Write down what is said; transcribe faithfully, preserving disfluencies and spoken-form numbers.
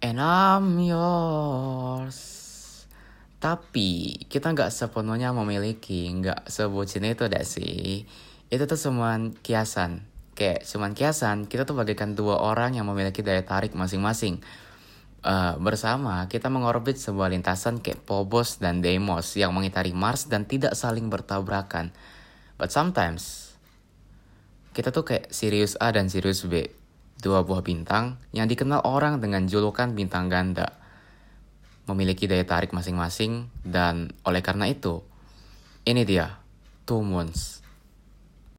And I'm yours. Tapi kita nggak sepenuhnya memiliki, nggak sebutin itu deh sih. Itu tuh cuma kiasan. Kayak cuman kiasan, kita tuh bagaikan dua orang yang memiliki daya tarik masing-masing. Uh, bersama kita mengorbit sebuah lintasan kayak Phobos dan Deimos yang mengitari Mars dan tidak saling bertabrakan. But sometimes kita tuh kayak Sirius A dan Sirius B, dua buah bintang yang dikenal orang dengan julukan bintang ganda, memiliki daya tarik masing-masing, dan oleh karena itu ini dia Two Moons.